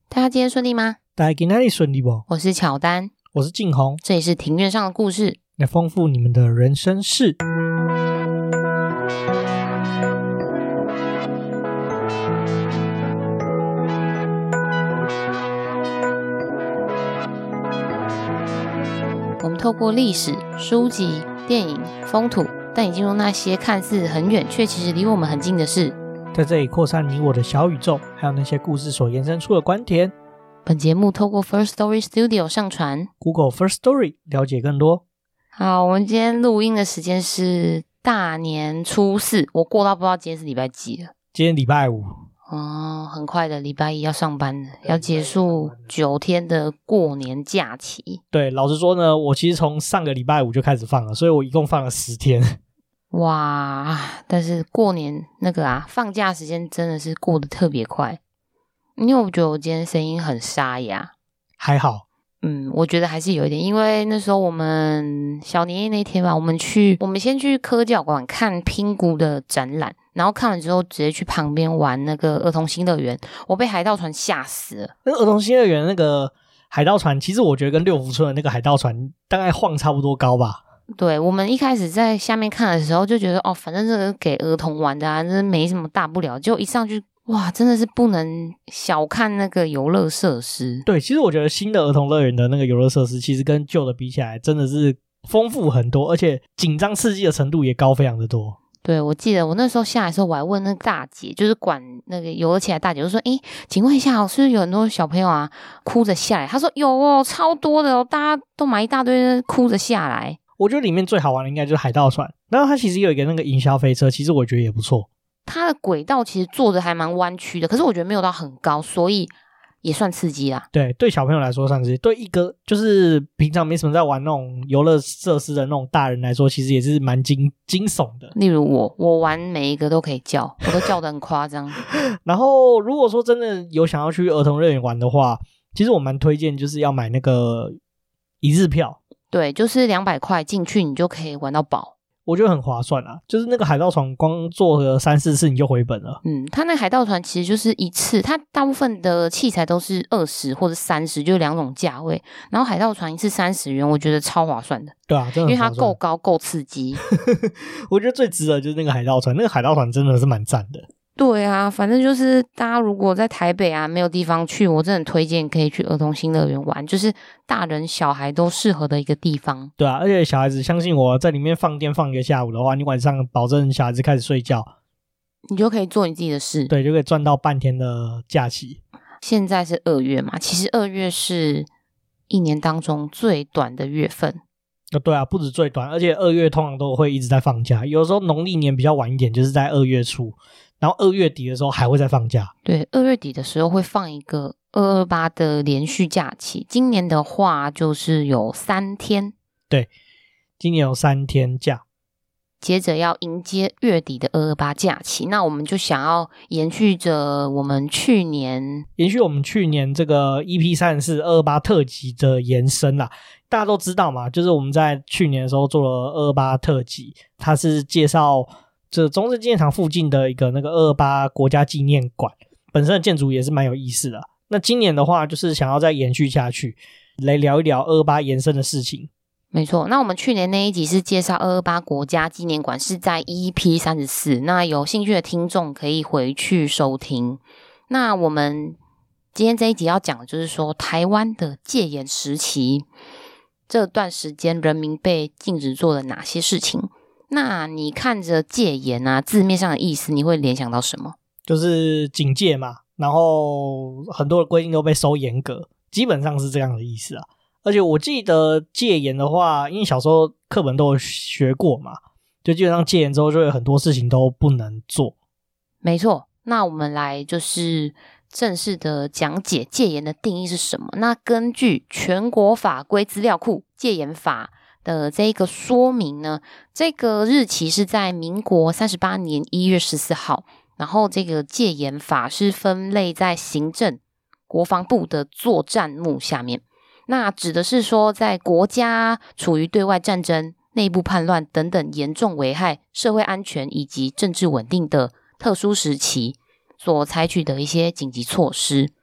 大家今天顺利吗？ 大家今天顺利不？ 我是乔丹， 我是静宏， 这里是庭院上的故事， 来丰富你们的人生事。 我们透过历史、书籍、电影、风土，带你进入那些看似很远，却其实离我们很近的事。 在这里扩散你我的小宇宙，还有那些故事所延伸出的观点。 本节目透过 First Story Studio 上传 Google First Story 了解更多。 好，我们今天录音的时间是大年初四，我过到不知道今天是礼拜几了。 今天礼拜五哦，很快的，礼拜一要上班了，要结束9天的过年假期。 对，老实说呢，我其实从上个礼拜五就开始放了，所以我一共放了10天。 哇，但是过年那个放假时间真的是过得特别快。因为我觉得我今天声音很沙哑。 还好。 我觉得还是有一点，因为那时候我们小年夜那天吧，我们先去科教馆看拼谷的展览，然后看完之后直接去旁边玩那个儿童新乐园，我被海盗船吓死了。 那个儿童新乐园那个海盗船，其实我觉得跟六福村的那个海盗船大概晃差不多高吧。 对，我们一开始在下面看的时候就觉得反正这个给儿童玩的这没什么大不了，结果一上去哇，真的是不能小看那个游乐设施。 对，其实我觉得新的儿童乐园的那个游乐设施其实跟旧的比起来真的是丰富很多，而且紧张刺激的程度也高非常的多。 对，我记得我那时候下来的时候，我还问那个大姐，就是管那个游乐器材大姐，就说请问一下是不是有很多小朋友哭着下来？她说有超多的大家都买一大堆哭着下来。 我觉得里面最好玩的应该就是海盗船，然后它其实有一个那个营销飞车，其实我觉得也不错。 它的轨道其实做的还蛮弯曲的，可是我觉得没有到很高，所以也算刺激啦。 对，对小朋友来说算刺激，对一个就是平常没什么在玩那种游乐设施的那种大人来说，其实也是蛮惊悚的。 例如我玩每一个都可以叫，我都叫得很夸张。 然后如果说真的有想要去儿童乐园玩的话，其实我蛮推荐就是要买那个一日票。 对，就是200块进去你就可以玩到饱， 我觉得很划算啦。就是那个海盗船光坐个3-4次你就回本了。 它那个海盗船其实就是一次，它大部分的器材都是20或者30，就2种价位。然后海盗船一次30元，我觉得超划算的。 对啊，真的很划算， 因为它够高够刺激。 我觉得最值得就是那个海盗船，那个海盗船真的是蛮赞的。 对啊，反正就是大家如果在台北没有地方去，我真的很推荐可以去儿童新乐园玩，就是大人小孩都适合的一个地方。 对啊，而且小孩子相信我，在里面放电放一个下午的话，你晚上保证小孩子开始睡觉， 你就可以做你自己的事。 对，就可以赚到半天的假期。 现在是2月嘛，其实2月是一年当中最短的月份。 对啊，不止最短，而且2月通常都会一直在放假，有时候农历年比较晚一点，就是在2月初，然后2月底的时候还会再放假。 对，2月底的时候会放一个228的连续假期，今年的话就是有3天。 对，今年有3天假， 接着要迎接月底的228假期，那我们就想要延续我们去年这个 EP34 228特辑的延伸啦。大家都知道嘛，就是我们在去年的时候做了228特辑，它是介绍这中正纪念堂附近的一个那个228国家纪念馆，本身的建筑也是蛮有意思的。那今年的话就是想要再延续下去，来聊一聊228延伸的事情。 没错，那我们去年那一集是介绍228国家纪念馆，是在 EP34， 那有兴趣的听众可以回去收听。那我们今天这一集要讲的就是说台湾的戒严时期，这段时间人民被禁止做了哪些事情。那你看着戒严字面上的意思，你会联想到什么？ 就是警戒嘛，然后很多的规定都被收严格，基本上是这样的意思啊。而且我记得戒严的话，因为小时候课本都有学过嘛，就基本上戒严之后就有很多事情都不能做。 没错，那我们来就是正式的讲解戒严的定义是什么。那根据全国法规资料库戒严法的这个说明呢，这个日期是在民国38年1月14号，然后这个戒严法是分类在行政国防部的作战目下面。那指的是说在国家处于对外战争、内部叛乱等等严重危害社会安全以及政治稳定的特殊时期所采取的一些紧急措施。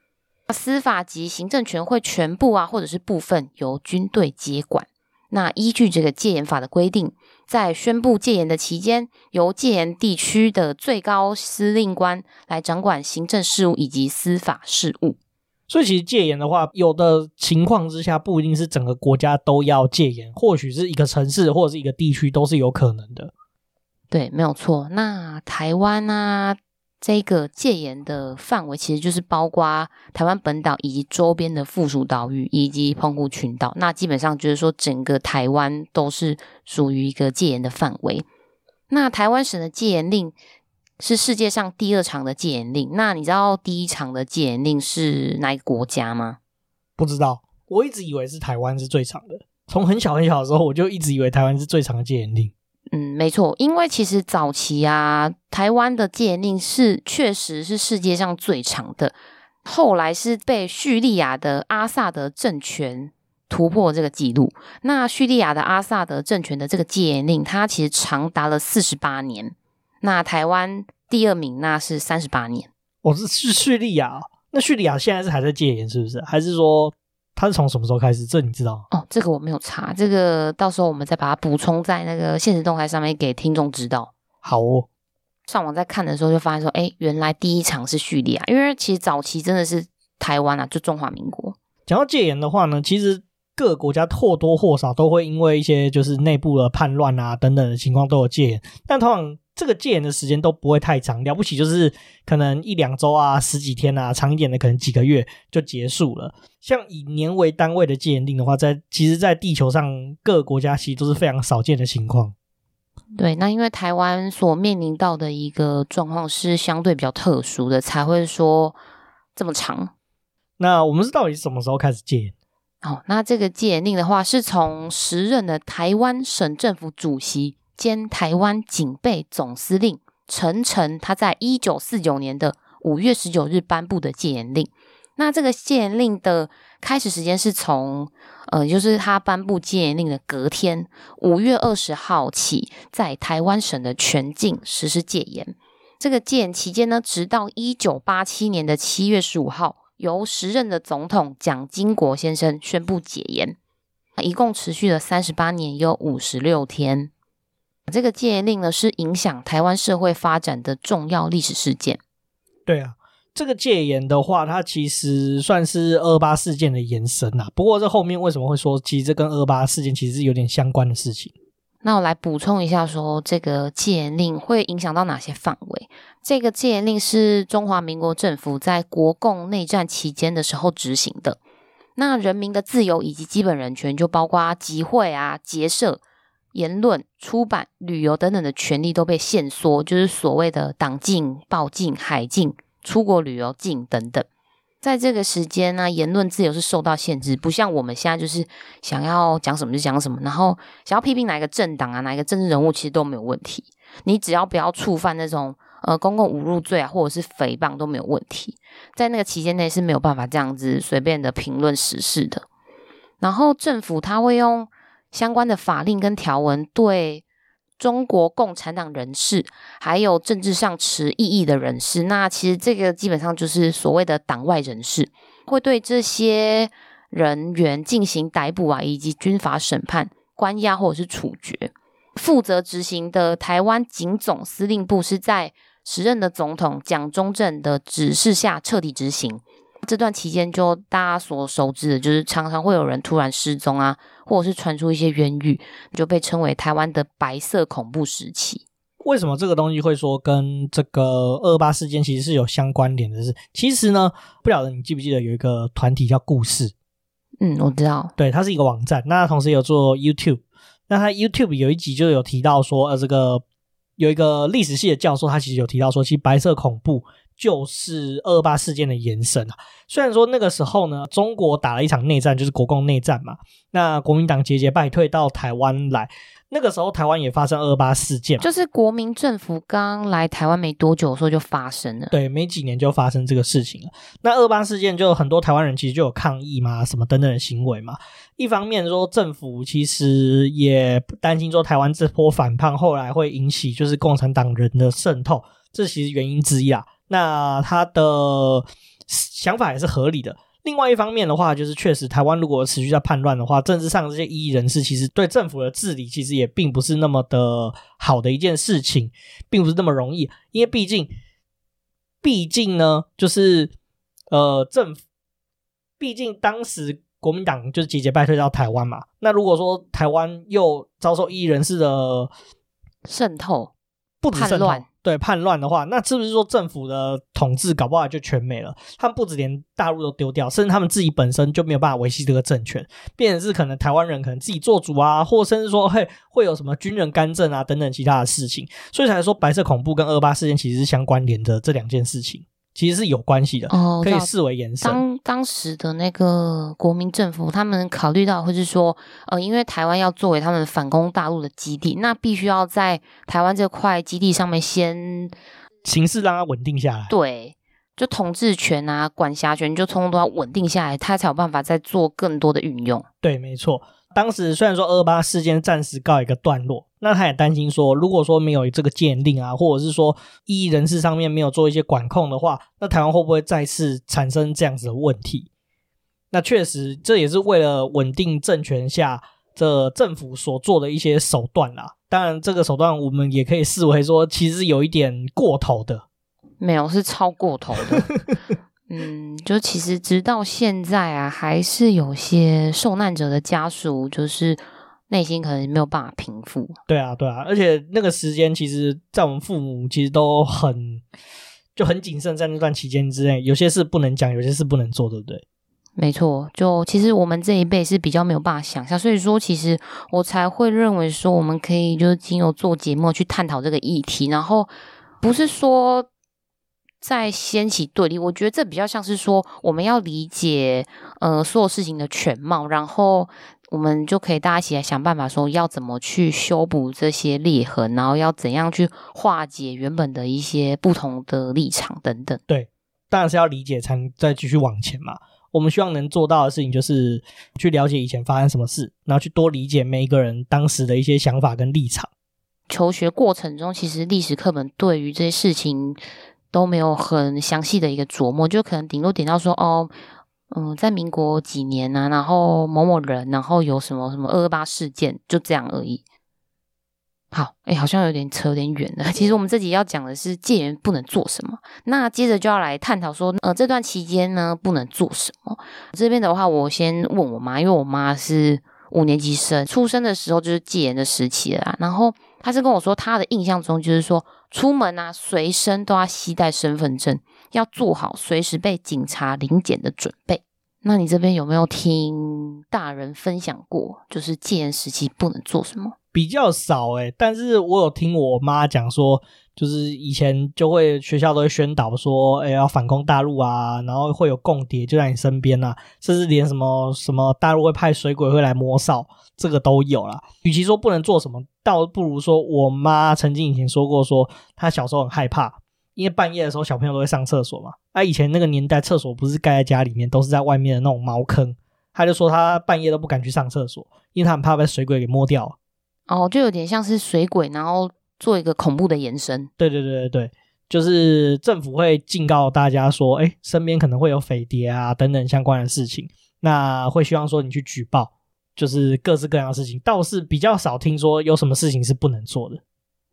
司法及行政权会全部或者是部分由军队接管。那依据这个戒严法的规定，在宣布戒严的期间，由戒严地区的最高司令官来掌管行政事务以及司法事务。 所以其实戒严的话，有的情况之下不一定是整个国家都要戒严，或许是一个城市或者是一个地区都是有可能的。 对，没有错。那台湾这个戒严的范围其实就是包括台湾本岛以及周边的附属岛屿以及澎湖群岛，那基本上就是说整个台湾都是属于一个戒严的范围。那台湾省的戒严令是世界上第2长的戒严令，那你知道第1长的戒严令是哪一个国家吗？ 不知道，我一直以为是台湾是最长的，从很小很小的时候我就一直以为台湾是最长的戒严令。 没错，因为其实早期台湾的戒严令确实是世界上最长的，后来是被叙利亚的阿萨德政权突破这个记录。那叙利亚的阿萨德政权的这个戒严令，它其实长达了48年。那台湾第2名那是38年。 是叙利亚，那叙利亚现在是还在戒严是不是？还是说它是从什么时候开始？这你知道吗？ 这个我没有查，这个到时候我们再把它补充在那个限时动态上面给听众知道。 好哦。 上网在看的时候就发现说，原来第1场是叙利亚，因为其实早期真的是台湾就中华民国。 讲到戒严的话呢，其实各个国家或多或少都会因为一些就是内部的叛乱等等的情况都有戒严，但通常这个戒严的时间都不会太长，了不起就是可能1-2周10几天长一点的可能几个月就结束了。像以年为单位的戒严令的话，其实在地球上各个国家其实都是非常少见的情况。 对，那因为台湾所面临到的一个状况是相对比较特殊的，才会说这么长。 那我们是到底什么时候开始戒严？ 那这个戒严令的话，是从时任的台湾省政府主席兼台湾警备总司令陈诚，他在1949年的5月19日颁布的戒严令。那这个戒严令的开始时间是从就是他颁布戒严令的隔天5月20号起，在台湾省的全境实施戒严。这个戒严期间呢，直到1987年的7月15号，由时任的总统蒋经国先生宣布解严，一共持续了38年又56天。这个戒严令呢，是影响台湾社会发展的重要历史事件。 对啊，这个戒严的话，它其实算是228事件的延伸不过这后面为什么会说其实这跟228事件其实是有点相关的事情。 那我来补充一下说这个戒严令会影响到哪些范围。这个戒严令是中华民国政府在国共内战期间的时候执行的。那人民的自由以及基本人权就包括集会结社、言论、出版、旅游等等的权利都被限缩，就是所谓的党禁、报禁、海禁、出国旅游禁等等。在这个时间呢，言论自由是受到限制，不像我们现在就是想要讲什么就讲什么，然后想要批评哪一个政党哪一个政治人物其实都没有问题，你只要不要触犯那种公共侮辱罪或者是诽谤都没有问题。在那个期间内是没有办法这样子随便的评论时事的。然后政府他会用相关的法令跟条文对中国共产党人士还有政治上持异议的人士，那其实这个基本上就是所谓的党外人士，会对这些人员进行逮捕以及军法审判、关押或者是处决。负责执行的台湾警总司令部是在时任的总统蒋中正的指示下彻底执行。这段期间就大家所熟知的就是常常会有人突然失踪或者是传出一些冤狱，就被称为台湾的白色恐怖时期。 为什么这个东西会说跟这个228事件其实是有相关联的是，其实呢，不晓得你记不记得有一个团体叫故事。 我知道。 对，它是一个网站，那它同时也有做 YouTube。那它 YouTube 有一集就有提到说这个有一个历史系的教授，他其实有提到说，其实白色恐怖就是228事件的延伸虽然说那个时候呢，中国打了一场内战，就是国共内战嘛，那国民党节节败退到台湾来，那个时候台湾也发生228事件， 就是国民政府刚来台湾没多久的时候就发生了。 对，没几年就发生这个事情了。那228事件就很多台湾人其实就有抗议嘛，什么等等的行为嘛。一方面说政府其实也担心说台湾这波反叛后来会引起就是共产党人的渗透，这其实原因之一啦。那他的想法也是合理的。另外一方面的话，就是确实台湾如果持续在叛乱的话，政治上这些异议人士其实对政府的治理其实也并不是那么的好的一件事情，并不是那么容易，因为毕竟呢，就是政府毕竟当时国民党就是节节败退到台湾嘛，那如果说台湾又遭受异议人士的渗透， 不止渗透， 叛乱， 对叛乱的话，那是不是说政府的统治搞不好就全没了？他们不止连大陆都丢掉，甚至他们自己本身就没有办法维系这个政权，变成是可能台湾人可能自己做主啊，或甚至说会有什么军人干政啊等等其他的事情，所以才说白色恐怖跟228事件其实是相关联的，这两件事情其实是有关系的，可以视为延伸。 当时的那个国民政府，他们考虑到，或是说，因为台湾要作为他们反攻大陆的基地，那必须要在台湾这块基地上面先形势让它稳定下来。 对，就统治权啊、管辖权就通通都要稳定下来，他才有办法再做更多的运用。 对，没错。当时虽然说228事件暂时告一个段落，那他也担心说，如果说没有这个戒严令啊，或者是说异议人士上面没有做一些管控的话，那台湾会不会再次产生这样子的问题？那确实这也是为了稳定政权下这政府所做的一些手段啦。当然这个手段我们也可以视为说其实有一点过头的。 没有，是超过头的。就其实直到现在啊，还是有些受难者的家属就是内心可能没有办法平复。 对啊，而且那个时间其实在我们父母其实都很谨慎，在那段期间之内，有些事不能讲，有些事不能做，对不对？ 没错，就其实我们这一辈是比较没有办法想象，所以说其实我才会认为说我们可以就是经由做节目去探讨这个议题，然后不是说在掀起对立，我觉得这比较像是说我们要理解所有事情的全貌，然后我们就可以大家一起来想办法说要怎么去修补这些裂痕，然后要怎样去化解原本的一些不同的立场等等。 对，当然是要理解才能再继续往前嘛。我们希望能做到的事情就是去了解以前发生什么事，然后去多理解每一个人当时的一些想法跟立场。 求学过程中，其实历史课本对于这些事情都没有很详细的一个琢磨，就可能顶多点到说在民国几年啊，然后某某人，然后有什么什么228事件，就这样而已。好，好像有点扯有点远了。其实我们这集要讲的是戒严不能做什么，那接着就要来探讨说，这段期间呢不能做什么。这边的话，我先问我妈，因为我妈是5年级生，出生的时候就是戒严的时期了啦。然后她是跟我说，她的印象中就是说，出门啊随身都要携带身份证，要做好随时被警察临检的准备。那你这边有没有听大人分享过，就是戒严时期不能做什么？ 比较少但是我有听我妈讲说，就是以前就会学校都会宣导说要反攻大陆啊，然后会有共谍就在你身边啊，甚至连什么大陆会派水鬼会来摸哨，这个都有啦。与其说不能做什么，倒不如说我妈曾经以前说过，说她小时候很害怕，因为半夜的时候小朋友都会上厕所嘛，以前那个年代厕所不是盖在家里面，都是在外面的那种茅坑，她就说她半夜都不敢去上厕所，因为她很怕被水鬼给摸掉。 就有点像是水鬼，然后做一个恐怖的延伸。 对，就是政府会警告大家说，身边可能会有匪谍啊等等相关的事情，那会希望说你去举报，就是各式各样的事情，倒是比较少听说有什么事情是不能做的。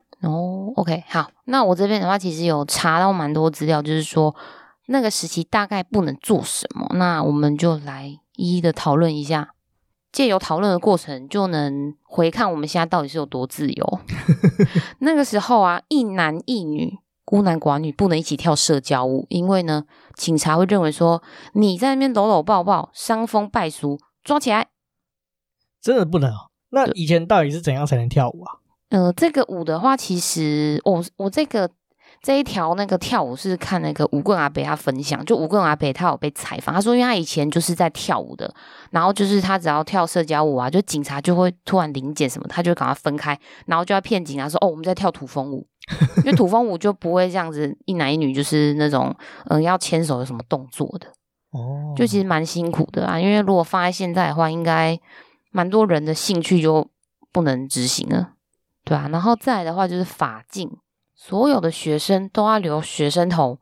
OK， 好，那我这边的话其实有查到蛮多资料，就是说那个时期大概不能做什么，那我们就来一一的讨论一下。借由讨论的过程，就能回看我们现在到底是有多自由。那个时候啊，一男一女、孤男寡女不能一起跳社交舞，因为呢，警察会认为说你在那边搂搂抱抱、伤风败俗，抓起来。 真的不能那以前到底是怎样才能跳舞啊？ 这个舞的话，其实我这一条那个跳舞是看那个舞棍阿伯他分享，就舞棍阿伯他有被采访，他说因为他以前就是在跳舞的，然后就是他只要跳社交舞啊，就警察就会突然临检什么，他就会赶快分开，然后就要骗警察说我们在跳土风舞，因为土风舞就不会这样子一男一女就是那种要牵手有什么动作的就其实蛮辛苦的啊，因为如果放在现在的话，应该蛮多人的兴趣就不能执行了，对啊，然后再来的话就是发禁。所有的学生都要留学生头，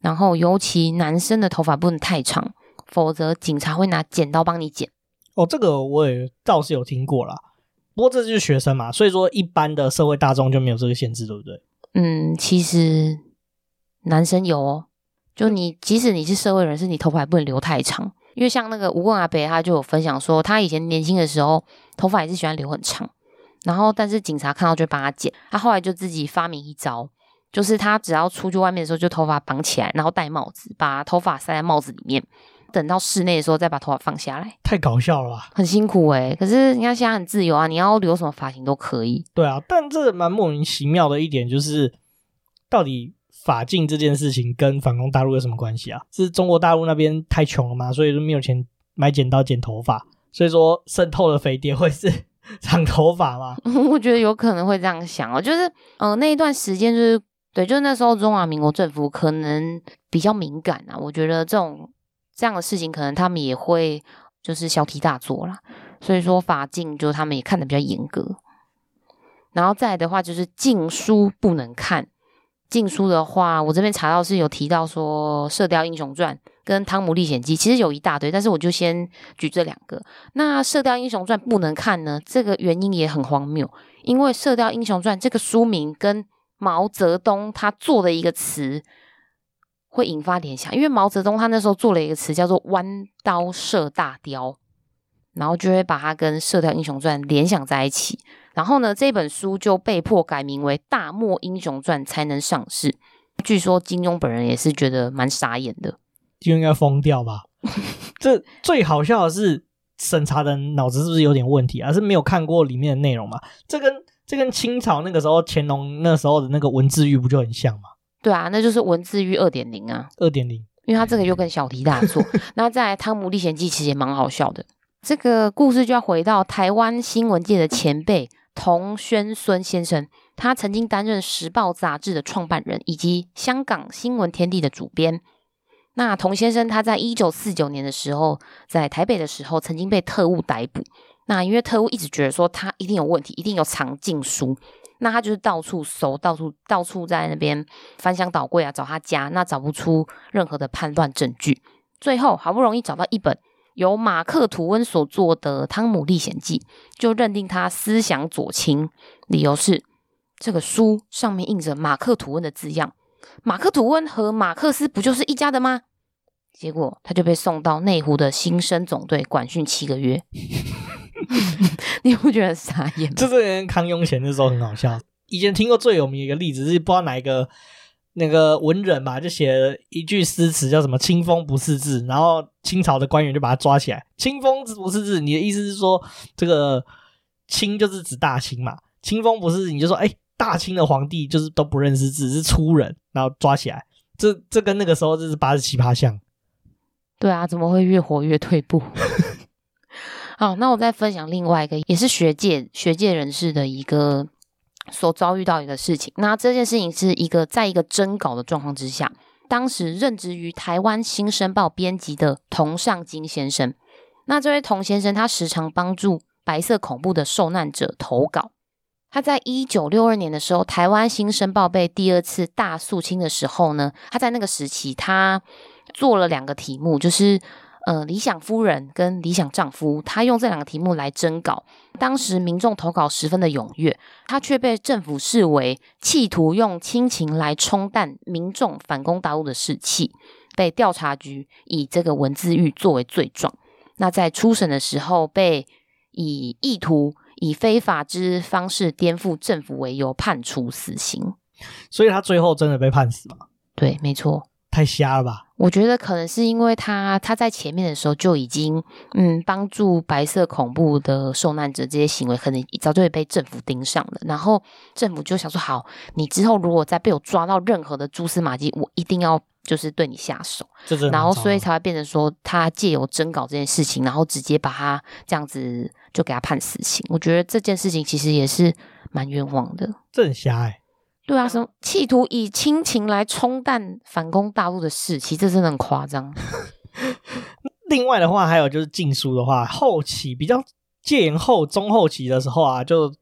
然后尤其男生的头发不能太长，否则警察会拿剪刀帮你剪。 哦，这个我也倒是有听过啦，不过这就是学生嘛，所以说一般的社会大众就没有这个限制，对不对？ 其实男生有哦，就即使你是社会人士，你头发也不能留太长，因为像那个吴棍阿伯他就有分享说，他以前年轻的时候头发也是喜欢留很长，然后但是警察看到就会帮他剪，他后来就自己发明一招，就是他只要出去外面的时候就头发绑起来，然后戴帽子，把头发塞在帽子里面，等到室内的时候再把头发放下来。 太搞笑了吧， 很辛苦可是你看现在很自由啊，你要留什么发型都可以。 对啊，但这蛮莫名其妙的一点就是，到底法禁这件事情跟反攻大陆有什么关系啊？是中国大陆那边太穷了吗？所以就没有钱买剪刀剪头发，所以说渗透的肥爹会是长头发吗？ 我觉得有可能会这样想哦，就是那一段时间就是对，就是那时候中华民国政府可能比较敏感啊，我觉得这样的事情可能他们也会就是小题大做啦，所以说法禁就他们也看得比较严格。然后再来的话就是禁书不能看，禁书的话我这边查到是有提到说《射雕英雄传》跟《汤姆历险记》，其实有一大堆，但是我就先举这两个。那《射雕英雄传》不能看呢，这个原因也很荒谬，因为《射雕英雄传》这个书名跟毛泽东他做的一个词会引发联想，因为毛泽东他那时候做了一个词叫做弯刀射大雕，然后就会把它跟《射雕英雄传》联想在一起。然后呢，这本书就被迫改名为《大漠英雄传》才能上市。据说金庸本人也是觉得蛮傻眼的， 就应该疯掉吧。这最好笑的是审查的脑子是不是有点问题啊？是没有看过里面的内容嘛？这跟清朝那个时候乾隆那时候的那个文字狱不就很像吗？ 对啊，那就是文字狱 2.0 啊 2.0， 因为他这个又更小题大做。那再来《汤姆历险记》其实也蛮好笑的，这个故事就要回到台湾新闻界的前辈童宣孙先生，他曾经担任《时报》杂志的创办人，以及香港新闻天地的主编。那童先生他在1949年的时候，在台北的时候曾经被特务逮捕。那因为特务一直觉得说他一定有问题，一定有藏禁书，那他就是到处搜，到处在那边翻箱倒柜啊，找他家，那找不出任何的叛乱证据。最后好不容易找到一本由马克·吐温所做的《汤姆历险记》，就认定他思想左倾，理由是这个书上面印着马克·吐温的字样，马克·吐温和马克思不就是一家的吗？结果他就被送到内湖的新生总队管训7个月。你不觉得很傻眼吗？ 这跟康雍乾那时候很好笑。以前听过最有名的一个例子是不知道哪一个那个文人吧，就写了一句诗词叫什么清风不识字，然后清朝的官员就把他抓起来，清风不识字，你的意思是说这个清就是指大清嘛，清风不识字你就说大清的皇帝就是都不认识字，是粗人，然后抓起来，这跟那个时候就是87趴像。 对啊，怎么会越活越退步？好，那我再分享另外一个也是学界人士的一个所遭遇到一个事情。那这件事情是在一个征稿的状况之下，当时任职于台湾新生报编辑的童尚金先生。那这位童先生他时常帮助白色恐怖的受难者投稿。他在1962年的时候，台湾新生报被第2次大肃清的时候呢，他在那个时期他做了2个题目，就是理想夫人跟理想丈夫，他用这2个题目来征稿。当时民众投稿十分的踊跃，他却被政府视为企图用亲情来冲淡民众反攻大陆的士气，被调查局以这个文字狱作为罪状。那在初审的时候，被以意图以非法之方式颠覆政府为由判处死刑。 所以他最后真的被判死吗？ 对，没错。 太瞎了吧。 我觉得可能是因为他在前面的时候就已经帮助白色恐怖的受难者这些行为可能早就被政府盯上了，然后政府就想说好，你之后如果再被我抓到任何的蛛丝马迹，我一定要就是对你下手，然后所以才会变成说他借由征稿这件事情，然后直接把他这样子就给他判死刑。我觉得这件事情其实也是蛮冤枉的。 这很瞎对啊，什么企图以亲情来冲淡反攻大陆的士气，这真的很夸张。 另外的话，还有就是禁书的话，后期比较戒严后中后期的时候啊，就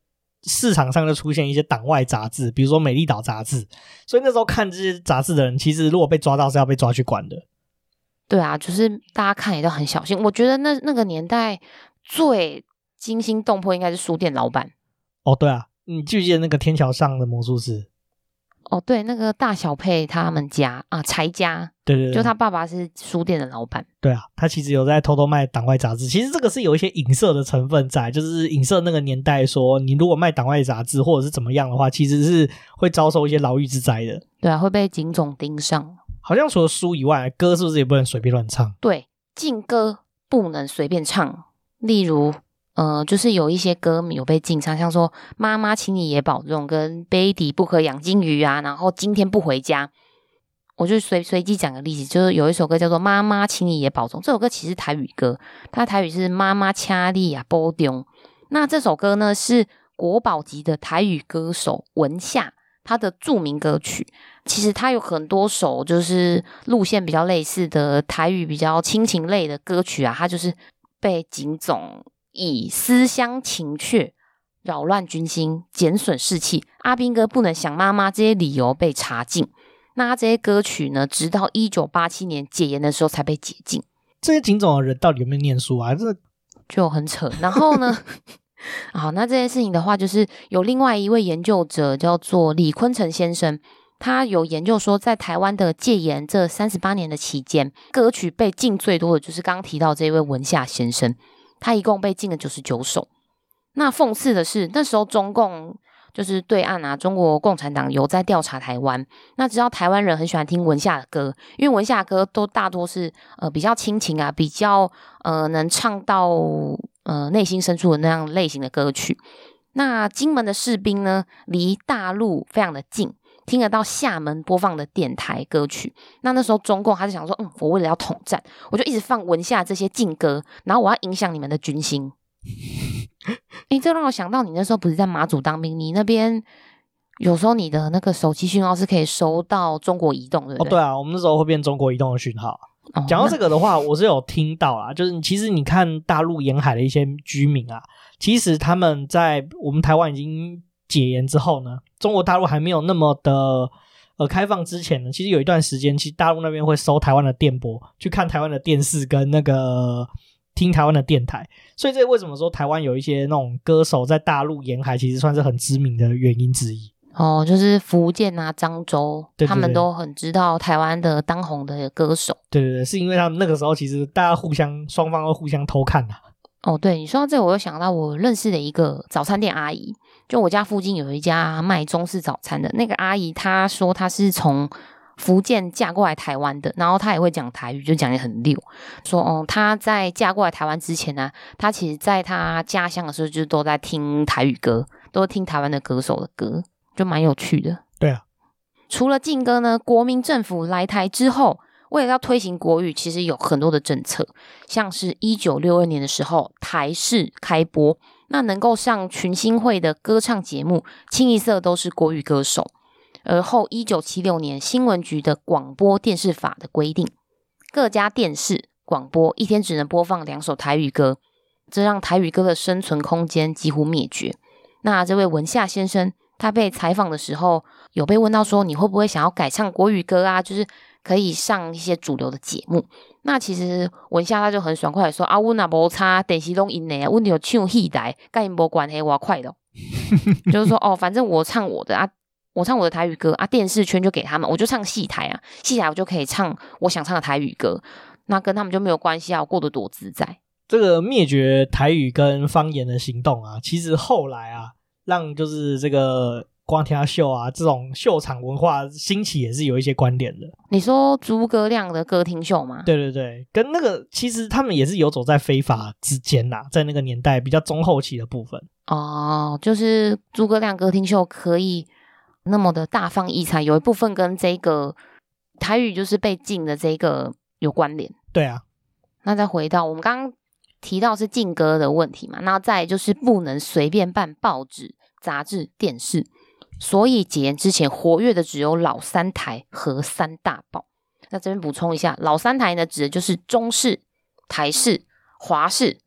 市场上就出现一些党外杂志，比如说美丽岛杂志，所以那时候看这些杂志的人其实如果被抓到是要被抓去关的。 对啊，就是大家看也都很小心。我觉得那个年代最惊心动魄应该是书店老板。 哦对啊，你记不记得那个天桥上的魔术师？ 哦对，那个大小佩他们家啊，柴家， 对对对， 就他爸爸是书店的老板。 对啊，他其实有在偷偷卖党外杂志。其实这个是有一些影射的成分在，就是影射那个年代说你如果卖党外杂志或者是怎么样的话，其实是会遭受一些牢狱之灾的。 对啊，会被警总盯上。 好像除了书以外，歌是不是也不能随便乱唱？ 对，禁歌不能随便唱，例如就是有一些歌有被禁唱，像说妈妈请你也保重跟杯底不可养金鱼啊，然后今天不回家。我就随机讲个例子，就是有一首歌叫做妈妈请你也保重，这首歌其实是台语歌，它的台语是妈妈请你也保重。那这首歌呢是国宝级的台语歌手文夏他的著名歌曲，其实他有很多首就是路线比较类似的台语比较亲情类的歌曲啊，他就是被警总以思乡情切、扰乱军心、减损士气、阿兵哥不能想妈妈这些理由被查禁。那他这些歌曲呢，直到1987年解严的时候才被解禁。 这些警总的人到底有没有念书啊？这就很扯。然后呢好，那这件事情的话，就是有另外一位研究者叫做李坤城先生，他有研究说，在台湾的戒严这38年的期间，歌曲被禁最多的就是刚刚提到这位文夏先生，他一共被禁了99首。那讽刺的是，那时候中共就是对岸啊，中国共产党有在调查台湾，那知道台湾人很喜欢听文夏的歌，因为文夏的歌都大多是比较亲情啊，比较能唱到内心深处的那样类型的歌曲。那金门的士兵呢，离大陆非常的近，听得到厦门播放的电台歌曲。那时候中共他就想说，我为了要统战，我就一直放文夏这些禁歌，然后我要影响你们的军心。这让我想到你那时候不是在马祖当兵，你那边有时候你的那个手机讯号是可以收到中国移动，对不对？ 对啊，我们那时候会变中国移动的讯号。讲到这个的话，我是有听到啦，就是其实你看大陆沿海的一些居民啊，其实他们在我们台湾已经解严之后呢，中国大陆还没有那么的开放之前呢，其实有一段时间，其实大陆那边会收台湾的电波，去看台湾的电视跟那个听台湾的电台，所以这为什么说台湾有一些那种歌手在大陆沿海其实算是很知名的原因之一。 就是福建啊、漳州， 对对对， 他们都很知道台湾的当红的歌手。 对对对，是因为他们那个时候其实大家双方都互相偷看啊。 对，你说到这个，我又想到我认识的一个早餐店阿姨，就我家附近有一家卖中式早餐的那个阿姨，她说她是从福建嫁过来台湾的，然后她也会讲台语，就讲得很溜。说她在嫁过来台湾之前呢，她其实在她家乡的时候就都在听台语歌，都听台湾的歌手的歌，就蛮有趣的。 对啊， 除了禁歌呢，国民政府来台之后，为了要推行国语，其实有很多的政策，像是1962年的时候台视开播，那能够上群星会的歌唱节目清一色都是国语歌手。而后1976年新闻局的广播电视法的规定，各家电视广播一天只能播放2首台语歌，这让台语歌的生存空间几乎灭绝。那这位文夏先生他被采访的时候有被问到说，你会不会想要改唱国语歌啊，就是可以上一些主流的节目。那其实文夏他就很爽快的说，我也没差，电视都赢了，我就唱戏台跟他没关系，我快乐。就是说反正我唱我的啊，我唱我的台语歌啊，电视圈就给他们，我就唱戏台啊，戏台我就可以唱我想唱的台语歌，那跟他们就没有关系啊，我过得多自在。 这个灭绝台语跟方言的行动啊，其实后来啊，让就是这个光天秀啊这种秀场文化兴起也是有一些关联的。 你说诸葛亮的歌厅秀吗？ 对对对，跟那个其实他们也是游走在非法之间啦，在那个年代比较中后期的部分。 就是诸葛亮歌厅秀可以那么的大放异彩，有一部分跟这个台语就是被禁的这个有关联。 对啊， 那再回到我们刚刚提到是禁歌的问题嘛，那再来就是不能随便办报纸、杂志、电视，所以解严之前活跃的只有老三台和三大报。那这边补充一下，老三台呢指的就是中视、台视、华视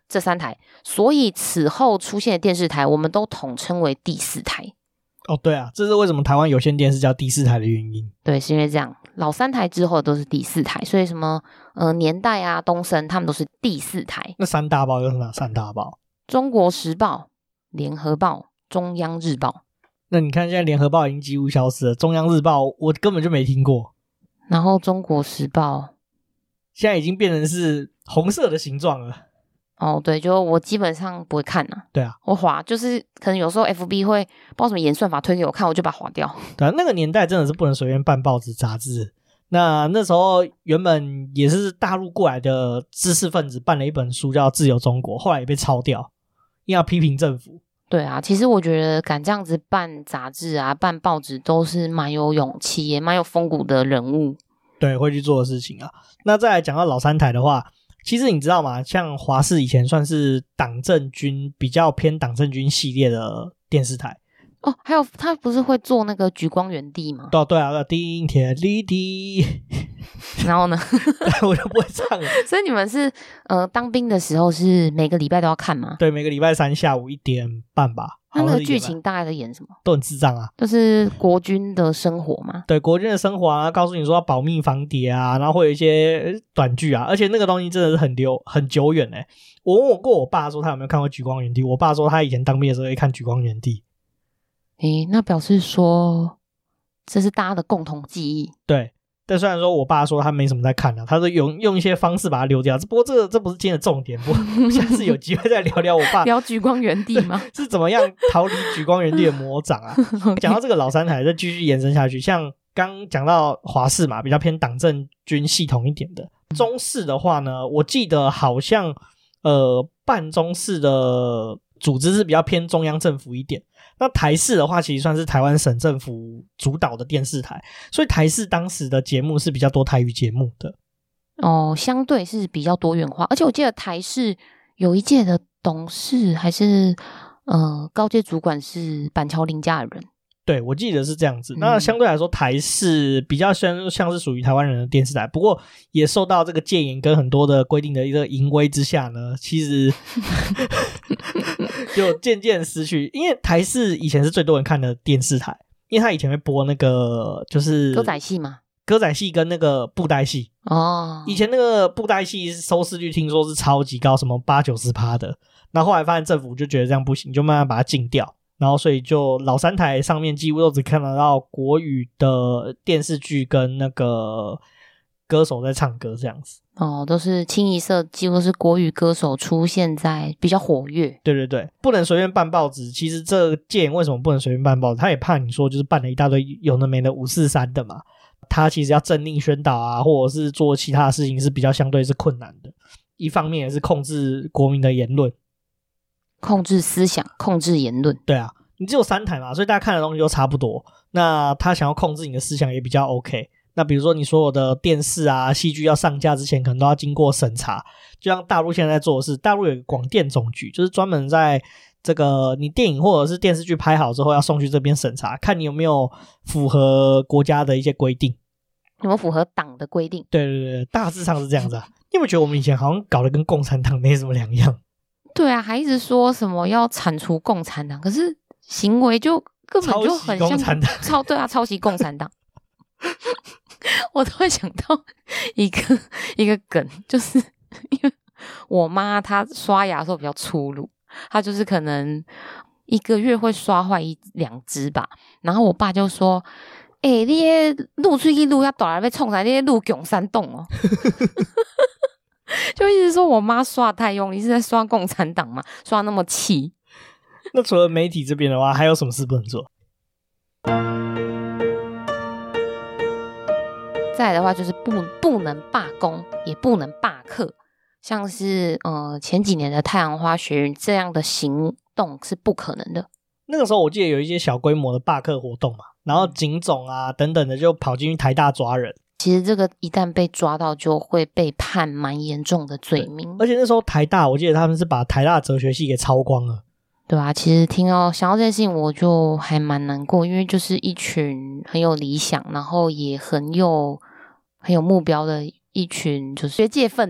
这3台，所以此后出现的电视台我们都统称为第4台。 哦，对啊，这是为什么台湾有线电视叫第4台的原因。 对，是因为这样，老3台之后都是第4台，所以什么年代啊、东森他们都是第4台。 那3大报又是哪3大报？ 中国时报、联合报、中央日报。 那你看现在联合报已经几乎消失了，中央日报我根本就没听过， 然后中国时报现在已经变成是红色的形状了。 哦，对，就我基本上不会看啊。 对啊， 我滑就是可能有时候 FB 会不知道什么演算法推给我看，我就把它滑掉。 对啊，那个年代真的是不能随便办报纸杂志。那时候原本也是大陆过来的知识分子办了一本书叫《自由中国》，后来也被抄掉，因为要批评政府。 对啊，其实我觉得敢这样子办杂志啊、办报纸都是蛮有勇气也蛮有风骨的人物。 对，会去做的事情啊。那再来讲到老3台的话，其实你知道吗？像华视以前算是党政军比较偏党政军系列的电视台。 哦，还有他不是会做那个举光原地吗？ 对啊，顶铁立地。 然后呢？ 我就不会唱了。 所以你们是当兵的时候是每个礼拜都要看吗？ 对，每个礼拜3下午1点半吧。 那个剧情大概在演什么？ 都很智障啊， 就是国军的生活嘛。 对，国军的生活啊，告诉你说要保密防谍啊，然后会有一些短剧啊，而且那个东西真的是很久远欸。我问过我爸说他有没有看过《举光原地》，我爸说他以前当兵的时候会看《举光原地》。 那表示说这是大家的共同记忆。 对，但虽然说我爸说他没什么在看啊，他说用一些方式把它溜掉。不过这不是今天的重点，不过下次有机会再聊聊我爸聊举光原地吗？ 是怎么样逃离举光原地的魔掌啊。讲到这个老3台再继续延伸下去，像刚讲到华视嘛，比较偏党政军系统一点的。中视的话呢，我记得好像办中视的组织是比较偏中央政府一点。那台视的话其实算是台湾省政府主导的电视台，所以台视当时的节目是比较多台语节目的。 哦，相对是比较多元化。而且我记得台视有一届的董事还是高阶主管是板桥林家的人。 对，我记得是这样子。那相对来说台视比较像是属于台湾人的电视台，不过也受到这个戒严跟很多的规定的一个淫威之下呢，其实就渐渐失去。因为台视以前是最多人看的电视台，因为他以前会播那个就是歌仔戏嘛， 歌仔戏跟那个布袋戏。 哦， 以前那个布袋戏收视率听说是超级高，什么80-90%的。然后后来发现政府就觉得这样不行，就慢慢把它禁掉。然后所以就老3台上面几乎都只看得到国语的电视剧跟那个歌手在唱歌这样子。 哦，都是清一色几乎是国语歌手出现在比较活跃。 对对对，不能随便办报纸。其实这戒严为什么不能随便办报纸？他也怕你说就是办了一大堆有的没的543的嘛。他其实要政令宣导啊，或者是做其他的事情是比较相对是困难的。一方面也是控制国民的言论。 控制思想，控制言论。 对啊，你只有3台嘛，所以大家看的东西都差不多。那他想要控制你的思想也比较 OK。那比如说你所有的电视啊、戏剧要上架之前，可能都要经过审查。就像大陆现在在做的是，大陆有一个广电总局，就是专门在这个你电影或者是电视剧拍好之后要送去这边审查，看你有没有符合国家的一些规定， 有没有符合党的规定。 对对对，大致上是这样子啊。你有没有觉得我们以前好像搞得跟共产党没什么两样？ 对啊，还一直说什么要铲除共产党，可是行为就根本就很像抄袭共产党。 对啊，抄袭共产党。我都会想到一个梗，就是因为我妈她刷牙的时候比较粗鲁，她就是可能1个月会刷坏1-2支吧，然后我爸就说你的露出去露要大被冲上那些露囧山洞哦。就一直说我妈刷太用力，是在刷共产党嘛，刷那么气。 那除了媒体这边的话，还有什么事不能做？ 再来的话就是不能罢工，也不能罢课，像是前几年的太阳花学运这样的行动是不可能的。 那个时候我记得有一些小规模的罢课活动嘛，然后警总啊等等的就跑进去台大抓人。 其实这个一旦被抓到就会被判蛮严重的罪名， 而且那时候台大我记得他们是把台大哲学系给抄光了。 对啊，其实想到这件事情我就还蛮难过，因为就是一群很有理想，然后也很有目标的一群就是学界分子，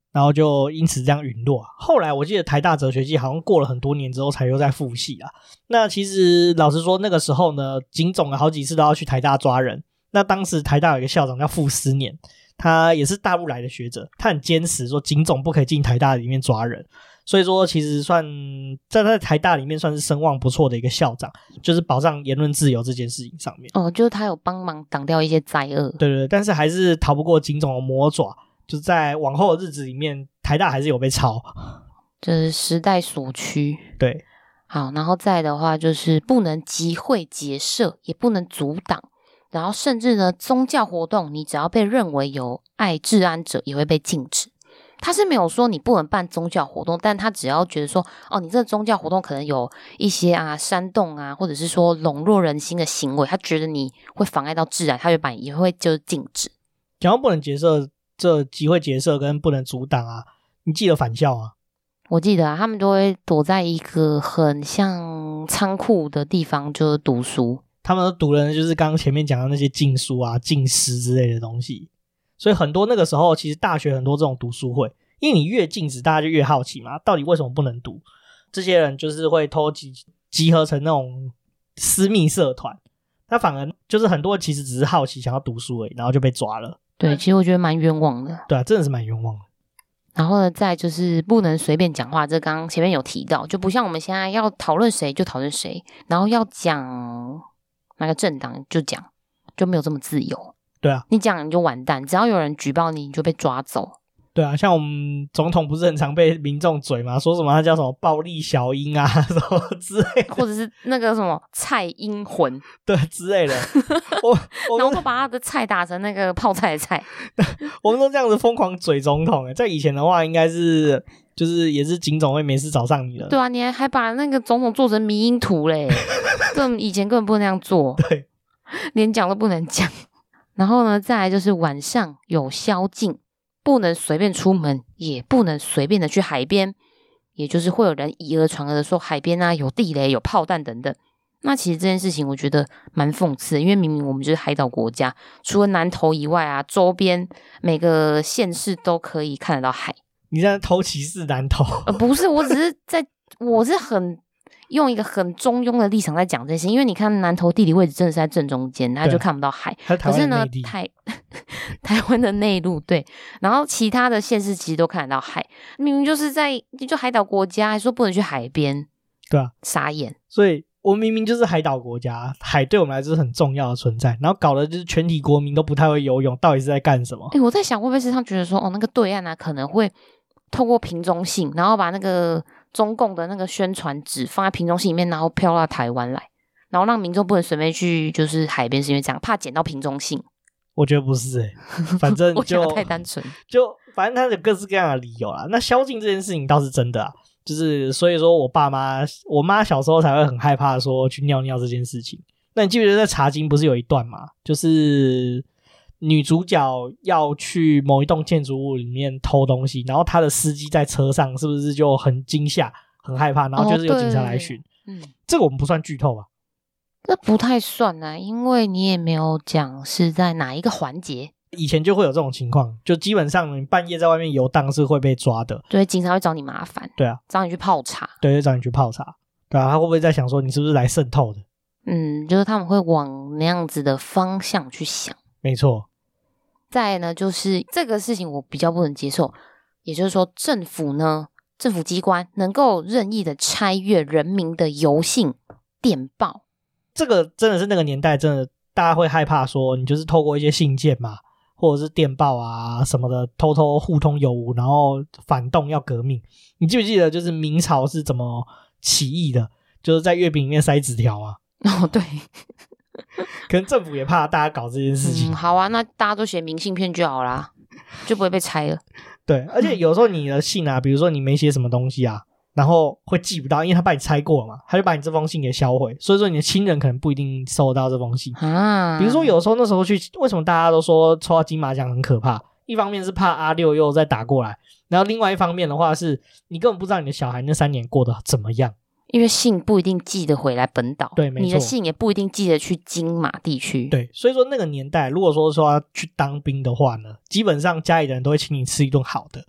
然后就因此这样陨落。后来我记得台大哲学系好像过了很多年之后才又再复系啊。那其实老实说那个时候呢，警总好几次都要去台大抓人。那当时台大有一个校长叫傅斯年，他也是大陆来的学者，他很坚持说警总不可以进台大里面抓人。所以说其实算在台大里面算是声望不错的一个校长，就是保障言论自由这件事情上面。 就是他有帮忙挡掉一些灾厄。 对对对，但是还是逃不过警总的魔爪，就是在往后的日子里面，台大还是有被抄， 就是时代所趋。 对， 好，然后再来的话就是不能集会结社，也不能阻挡，然后甚至呢宗教活动你只要被认为有碍治安者也会被禁止。他是没有说你不能办宗教活动，但他只要觉得说你这个宗教活动可能有一些煽动或者是说笼络人心的行为，他觉得你会妨碍到治安，他也会就是禁止。 讲到不能结社，这集会结社跟不能阻挡你记得返校吗？ 我记得他们都会躲在一个很像仓库的地方就是读书。 他们都读的就是刚刚前面讲的那些禁书禁诗之类的东西。所以很多那个时候其实大学很多这种读书会，因为你越禁止大家就越好奇嘛，到底为什么不能读。这些人就是会偷集合成那种私密社团，那反而就是很多人其实只是好奇想要读书而已，然后就被抓了。 对，其实我觉得蛮冤枉的。 对真的是蛮冤枉的。 然后呢再就是不能随便讲话，这刚刚前面有提到，就不像我们现在要讨论谁就讨论谁，然后要讲哪个政党就讲，就没有这么自由。 对啊， 你讲你就完蛋，只要有人举报你，你就被抓走。 对啊，像我们总统不是很常被民众嘴吗？说什么他叫什么暴力小英什么之类的， 或者是那个什么蔡英魂， 对之类的。 然后都把他的菜打成那个泡菜的菜。 我们都这样子疯狂嘴总统在以前的话应该是就是也是警总会没事找上你了。 对啊，你还把那个总统做成迷因图嘞。以前根本不能那样做。 对， 连讲都不能讲。然后呢再来就是晚上有宵禁，不能随便出门，也不能随便的去海边，也就是会有人以讹传讹的说海边有地雷有炮弹等等。那其实这件事情我觉得蛮讽刺的，因为明明我们就是海岛国家，除了南投以外周边每个县市都可以看得到海。 你在偷歧视南投？ 不是，我只是我是很用一个很中庸的立场在讲这些，因为你看南投地理位置真的是在正中间，它就看不到海。可是呢台湾的内陆，对，然后其他的县市其实都看得到海，明明就是就海岛国家，还说不能去海边。 对啊， 傻眼。 所以我们明明就是海岛国家，海对我们来说是很重要的存在，然后搞得就是全体国民都不太会游泳，到底是在干什么？ 我在想会不会是他觉得说那个对岸可能会透过瓶中信，然后把那个中共的那个宣传纸放在瓶中信里面，然后飘到台湾来，然后让民众不能随便去就是海边，是因为这样怕捡到瓶中信。 我觉得不是反正我觉得太单纯， 就反正他有各式各样的理由啦。那宵禁这件事情倒是真的就是所以说我妈小时候才会很害怕说去尿尿这件事情。那你记不记得在茶经不是有一段嘛，就是女主角要去某一栋建筑物里面偷东西，然后她的司机在车上是不是就很惊吓很害怕，然后就是有警察来巡。这个我们不算剧透吧？ 这不太算因为你也没有讲是在哪一个环节。 以前就会有这种情况，就基本上你半夜在外面游荡是会被抓的。 对，警察会找你麻烦。 对啊， 找你去泡茶。 对，会找你去泡茶。对啊，他会不会在想说你是不是来渗透的？ 就是他们会往那样子的方向去想。 没错。 再来呢，就是这个事情我比较不能接受，也就是说政府机关能够任意的拆阅人民的邮信电报。 这个真的是那个年代真的大家会害怕说你就是透过一些信件嘛或者是电报什么的偷偷互通有无，然后反动要革命。你记不记得就是明朝是怎么起义的，就是在月饼里面塞纸条对可能政府也怕大家搞这件事情。 好啊，那大家都写明信片就好啦，就不会被拆了。 对，而且有时候你的信比如说你没写什么东西然后会寄不到，因为他把你拆过了嘛，他就把你这封信给销毁，所以说你的亲人可能不一定收得到这封信比如说有时候那时候为什么大家都说抽到金马奖很可怕，一方面是怕阿六又再打过来，然后另外一方面的话是你根本不知道你的小孩那3年过得怎么样， 因为信不一定寄得回来本岛。 对，没错， 你的信也不一定寄得去金马地区。 对，所以说那个年代如果说要去当兵的话呢，基本上家里的人都会请你吃一顿好的。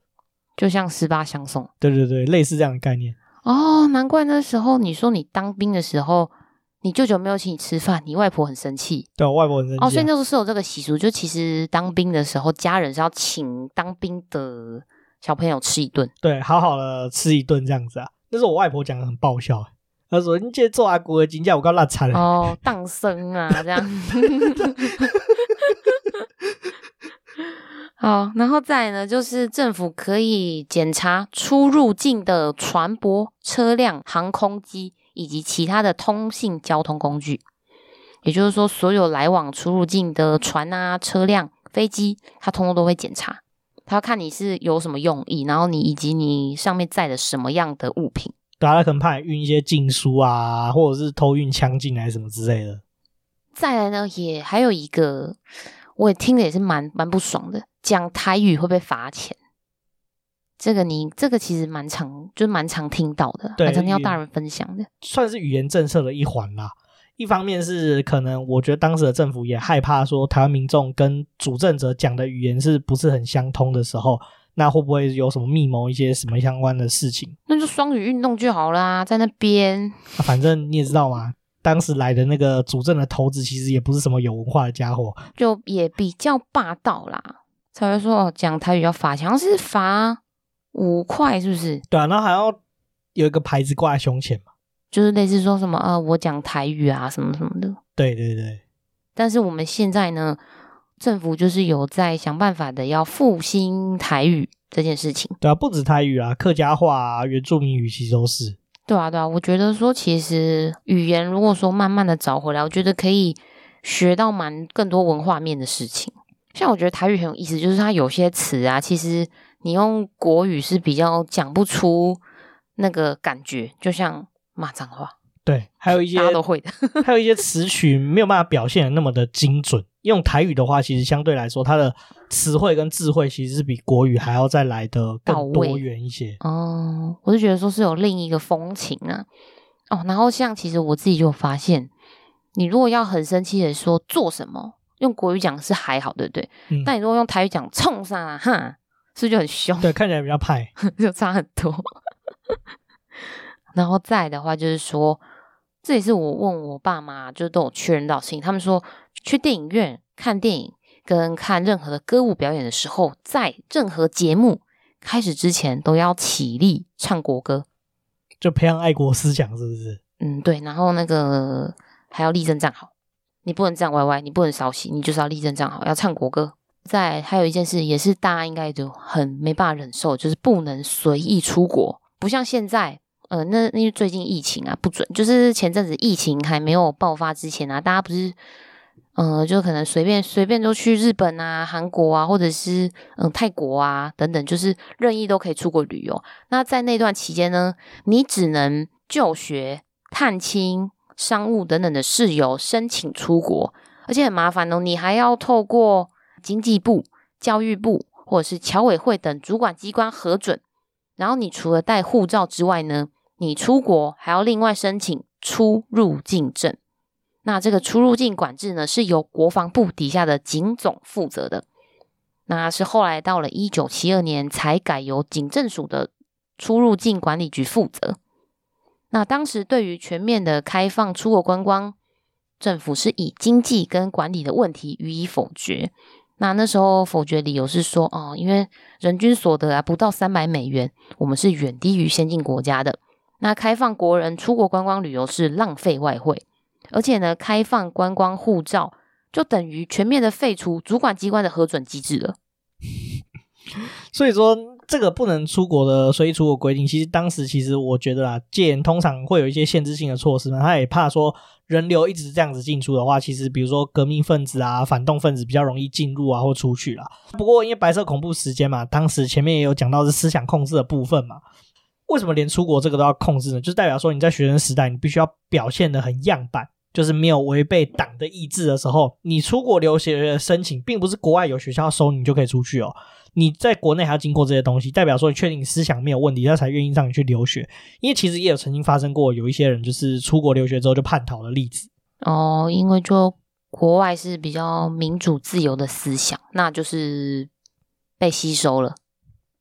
就像18相送。 对对对，类似这样的概念。 哦，难怪那时候你说你当兵的时候，你舅舅没有请你吃饭，你外婆很生气。 对，我外婆很生气。 所以那时候是有这个习俗，就其实当兵的时候，家人是要请当兵的小朋友吃一顿， 对，好好的吃一顿这样子啊。那是我外婆讲的很爆笑，她说：“你这做阿姑的金价，我告烂惨了。” 当生啊这样。好，然后再来呢，就是政府可以检查出入境的船舶、车辆、航空机以及其他的通信交通工具。也就是说，所有来往出入境的船啊、车辆、飞机，它通通都会检查。他要看你是有什么用意，然后你以及你上面载的什么样的物品。 对啊，他可能怕你运一些禁书啊，或者是偷运枪进来什么之类的。 再来呢，也还有一个，我也听的也是蛮不爽的，讲台语会被罚钱。这个其实蛮常听到的，蛮常听到大人分享的， 算是语言政策的一环啦。一方面是可能我觉得当时的政府也害怕说台湾民众跟主政者讲的语言是不是很相通的时候，那会不会有什么密谋一些什么相关的事情？ 那就双语运动就好啦，在那边。 反正你也知道嘛，当时来的那个主政的头子其实也不是什么有文化的家伙， 就也比较霸道啦，才会说讲台语要罚钱，好像是罚5块是不是？ 对啊，然后还要有一个牌子挂在胸前嘛， 就是类似说什么我讲台语啊什么什么的。 对对对。 但是我们现在呢，政府就是有在想办法的要复兴台语这件事情。 对啊，不止台语啊，客家话啊、原住民语其实都是。 对啊，我觉得说其实语言如果说慢慢的找回来，我觉得可以学到更多文化面的事情。像我觉得台语很有意思，就是它有些词啊，其实你用国语是比较讲不出那个感觉，就像骂脏话。 对，还有一些大家都会的还有一些词曲没有办法表现的那么的精准。用台语的话，其实相对来说它的词汇跟智慧其实是比国语还要再来的更多元一些。 我是觉得说是有另一个风情啊。然后像其实我自己就发现，你如果要很生气的说做什么，用国语讲是还好，对不对？但你如果用台语讲冲啥啦哈，是不是就很凶？ 对，看起来比较派就差很多。然后再来的话就是说，这也是我问我爸妈就都有确认到事情，他们说去电影院看电影跟看任何的歌舞表演的时候，在任何节目开始之前都要起立唱国歌， 就培养爱国思想，是不是？ 对，然后那个还要立正站好，你不能站歪歪，你不能稍息，你就是要立正站好，要唱国歌。再来还有一件事也是大家应该就很没办法忍受，就是不能随意出国，不像现在那因为最近疫情啊不准，就是前阵子疫情还没有爆发之前啊，大家不是就可能随便都去日本啊、韩国啊，或者是泰国啊等等，就是任意都可以出国旅游。那在那段期间呢，你只能就学、探亲、商务等等的事由申请出国，而且很麻烦哦，你还要透过经济部、教育部或者是侨委会等主管机关核准。然后你除了带护照之外呢，你出国还要另外申请出入境证。那这个出入境管制呢，是由国防部底下的警总负责的。那是后来到了1972年才改由警政署的出入境管理局负责。那当时对于全面的开放出国观光，政府是以经济跟管理的问题予以否决。那时候否决理由是说因为人均所得不到$300，我们是远低于先进国家的。那开放国人出国观光旅游是浪费外汇，而且呢，开放观光护照就等于全面的废除主管机关的核准机制了。 所以说这个不能出国的随意出国规定，其实当时我觉得啦，戒严通常会有一些限制性的措施嘛，他也怕说人流一直这样子进出的话，其实比如说革命分子啊、反动分子比较容易进入啊或出去啦。不过因为白色恐怖时间嘛，当时前面也有讲到是思想控制的部分嘛，为什么连出国这个都要控制呢？就是代表说你在学生时代你必须要表现得很样板，就是没有违背党的意志的时候，你出国留学的申请并不是国外有学校收你就可以出去哦，你在国内还要经过这些东西，代表说你确定你思想没有问题，他才愿意让你去留学。因为其实也有曾经发生过有一些人就是出国留学之后就叛逃的例子。 因为就国外是比较民主自由的思想，那就是被吸收了。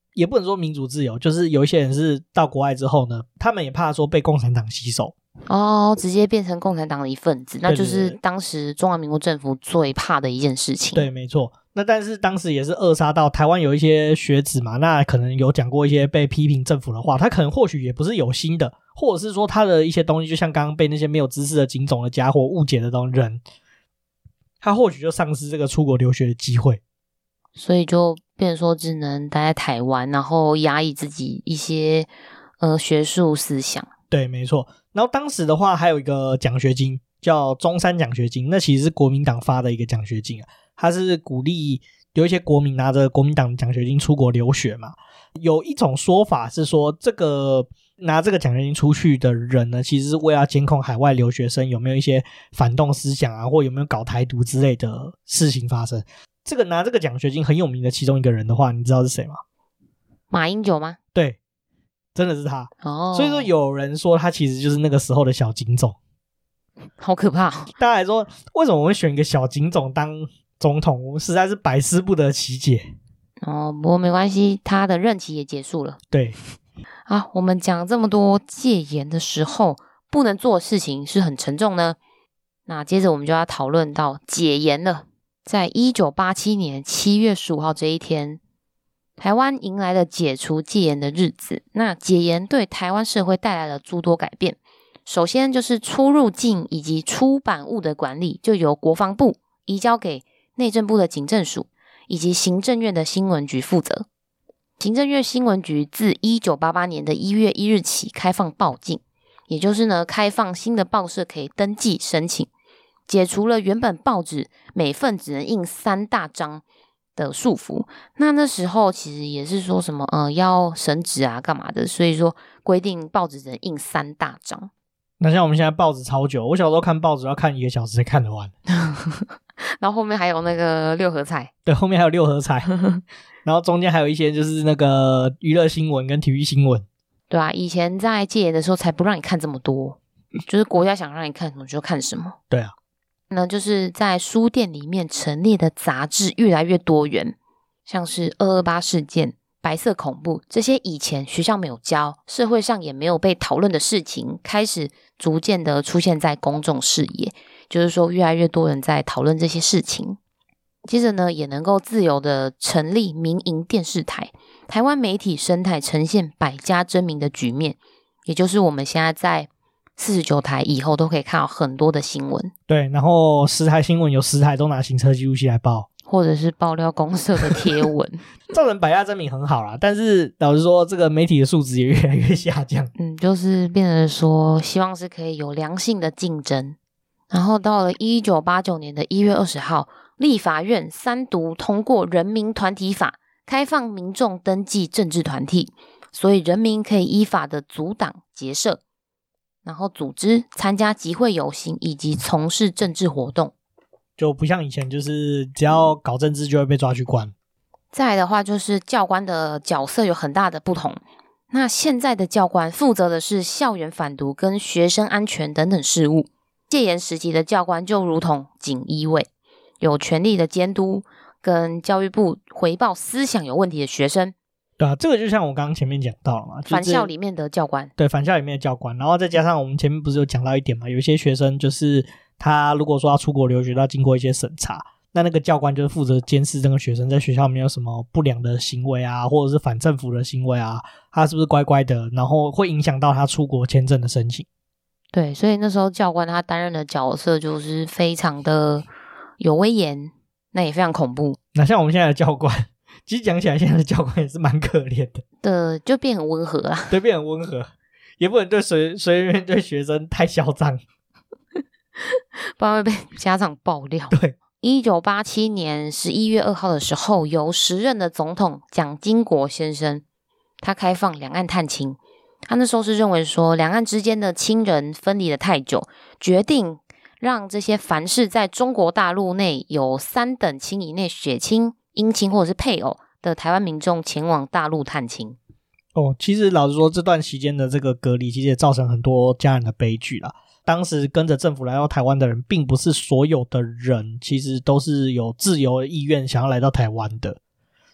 也不能说民主自由，就是有一些人是到国外之后呢，他们也怕说被共产党吸收直接变成共产党的一份子，那就是当时中华民国政府最怕的一件事情。 对，没错。那但是当时也是扼杀到台湾有一些学子嘛，那可能有讲过一些被批评政府的话，他可能或许也不是有心的，或者是说他的一些东西就像刚刚被那些没有知识的警种的家伙误解的人，他或许就丧失这个出国留学的机会， 所以就变成说只能待在台湾，然后压抑自己一些学术思想。 对，没错。然后当时的话还有一个奖学金叫中山奖学金，那其实是国民党发的一个奖学金啊，它是鼓励有一些国民拿着国民党奖学金出国留学嘛。有一种说法是说，这个拿这个奖学金出去的人呢，其实是为了监控海外留学生有没有一些反动思想啊，或有没有搞台独之类的事情发生。这个拿这个奖学金很有名的其中一个人的话，你知道是谁吗？ 马英九吗？ 对，真的是他。所以说有人说他其实就是那个时候的小警总。 好可怕大家来说，为什么我们选一个小警总当总统，我们实在是百思不得其解。 不过没关系，他的任期也结束了。 对。 我们讲这么多戒严的时候不能做的事情是很沉重呢。那接着我们就要讨论到解严了。在1987年7月15号这一天，台湾迎来了解除戒严的日子。那解严对台湾社会带来了诸多改变。首先就是出入境以及出版物的管理就由国防部移交给内政部的警政署以及行政院的新闻局负责。行政院新闻局自1988年的1月1日起开放报禁，也就是呢开放新的报社可以登记申请，解除了原本报纸每份只能印3大张的束缚。那时候其实也是说什么要省纸啊干嘛的，所以说规定报纸只能印3大张。 那像我们现在报纸超久，我小时候看报纸要看1个小时才看得完。 然后后面还有那个6合彩。 对，后面还有6合彩。然后中间还有一些就是那个娱乐新闻跟体育新闻。 对啊，以前在戒严的时候才不让你看这么多，就是国家想让你看什么就看什么。 对啊。 那就是在书店里面陈列的杂志越来越多元，像是228事件、白色恐怖，这些以前学校没有教，社会上也没有被讨论的事情，开始逐渐的出现在公众视野，就是说越来越多人在讨论这些事情。接着呢，也能够自由的成立民营电视台，台湾媒体生态呈现百家争鸣的局面，也就是我们现在在49台以后都可以看到很多的新闻。 对，然后10台新闻有10台都拿行车记录器来报， 或者是爆料公社的贴文。 造成百家争鸣很好啦，但是老实说这个媒体的素质也越来越下降。 就是变成说希望是可以有良性的竞争。然后到了1989年的1月20号，立法院3读通过人民团体法，开放民众登记政治团体，所以人民可以依法的组党结社，然后组织参加集会游行以及从事政治活动， 就不像以前就是只要搞政治就会被抓去关。 再来的话就是教官的角色有很大的不同。那现在的教官负责的是校园反毒跟学生安全等等事务，戒严时期的教官就如同锦衣卫，有权力的监督跟教育部回报思想有问题的学生。 对啊，这个就像我刚刚前面讲到了嘛， 返校里面的教官。 对，返校里面的教官，然后再加上我们前面不是有讲到一点嘛，有一些学生就是他如果说要出国留学，都要经过一些审查，那个教官就是负责监视这个学生在学校里面有什么不良的行为啊，或者是反政府的行为啊，他是不是乖乖的，然后会影响到他出国签证的申请。 对，所以那时候教官他担任的角色就是非常的有威严，那也非常恐怖。 那像我们现在的教官，其实讲起来现在的教官也是蛮可怜的。 就变很温和啦。 对，变很温和，也不能对随便对学生太嚣张， 不然会被家长爆料。 对。 1987年11月2号的时候，由时任的总统蒋经国先生，他开放两岸探亲。他那时候是认为说两岸之间的亲人分离的太久，决定让这些凡是在中国大陆内有3等亲以内血亲、姻亲或者是配偶的台湾民众前往大陆探亲。 其实老实说这段期间的这个隔离其实也造成很多家人的悲剧啦。当时跟着政府来到台湾的人，并不是所有的人其实都是有自由的意愿想要来到台湾的，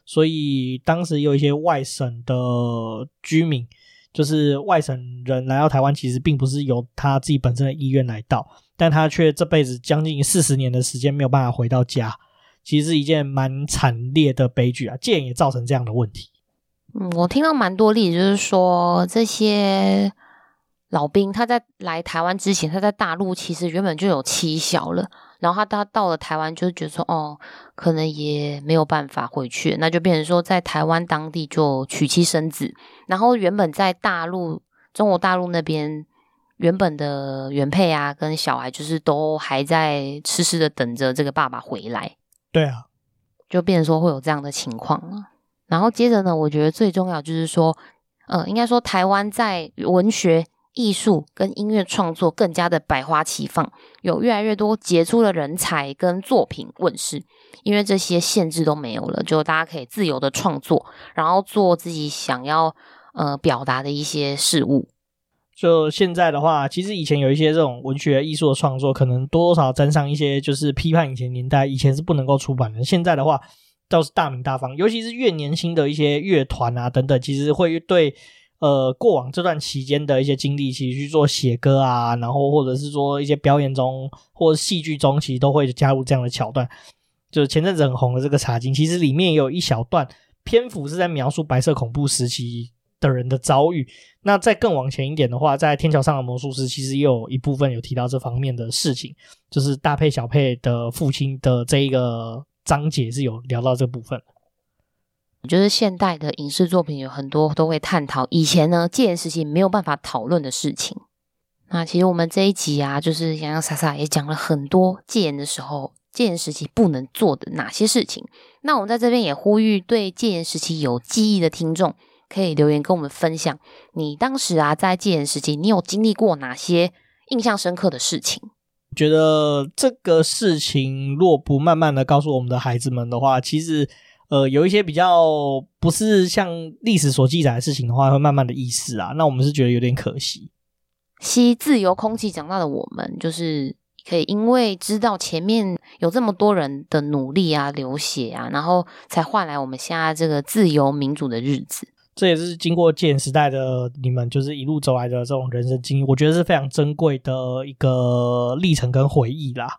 所以当时有一些外省的居民，就是外省人来到台湾，其实并不是由他自己本身的意愿来到，但他却这辈子将近40年的时间没有办法回到家，其实是一件蛮惨烈的悲剧啊，戒严也造成这样的问题。 我听到蛮多例子，就是说这些老兵他在来台湾之前，他在大陆其实原本就有妻小了，然后他到了台湾就觉得说可能也没有办法回去，那就变成说在台湾当地就娶妻生子，然后原本在中国大陆那边原本的原配啊跟小孩就是都还在痴痴的等着这个爸爸回来。 对啊， 就变成说会有这样的情况了。然后接着呢，我觉得最重要就是说应该说台湾在文学艺术跟音乐创作更加的百花齐放，有越来越多杰出的人才跟作品问世，因为这些限制都没有了，就大家可以自由的创作，然后做自己想要表达的一些事物。 就现在的话，其实以前有一些这种文学艺术的创作，可能多多少少沾上一些就是批判以前年代，以前是不能够出版的，现在的话倒是大名大放，尤其是越年轻的一些乐团啊等等，其实会对过往这段期间的一些经历其实去做写歌啊，然后或者是说一些表演中或者戏剧中其实都会加入这样的桥段。就是前阵子很红的这个茶经，其实里面也有一小段篇幅是在描述白色恐怖时期的人的遭遇。那再更往前一点的话，在天桥上的魔术师其实也有一部分有提到这方面的事情，就是大佩小佩的父亲的这一个章节是有聊到这部分。 就是现代的影视作品有很多都会探讨以前呢戒严时期没有办法讨论的事情。那其实我们这一集啊，就是洋洋洒洒也讲了很多戒严的时候戒严时期不能做的哪些事情。那我们在这边也呼吁对戒严时期有记忆的听众可以留言跟我们分享，你当时啊在戒严时期你有经历过哪些印象深刻的事情。 觉得这个事情若不慢慢的告诉我们的孩子们的话，其实有一些比较不是像历史所记载的事情的话会慢慢的意识啊，那我们是觉得有点可惜。 吸自由空气长大的我们，就是可以因为知道前面有这么多人的努力啊流血啊，然后才换来我们现在这个自由民主的日子。 这也是经过戒严时代的你们就是一路走来的这种人生经历，我觉得是非常珍贵的一个历程跟回忆啦。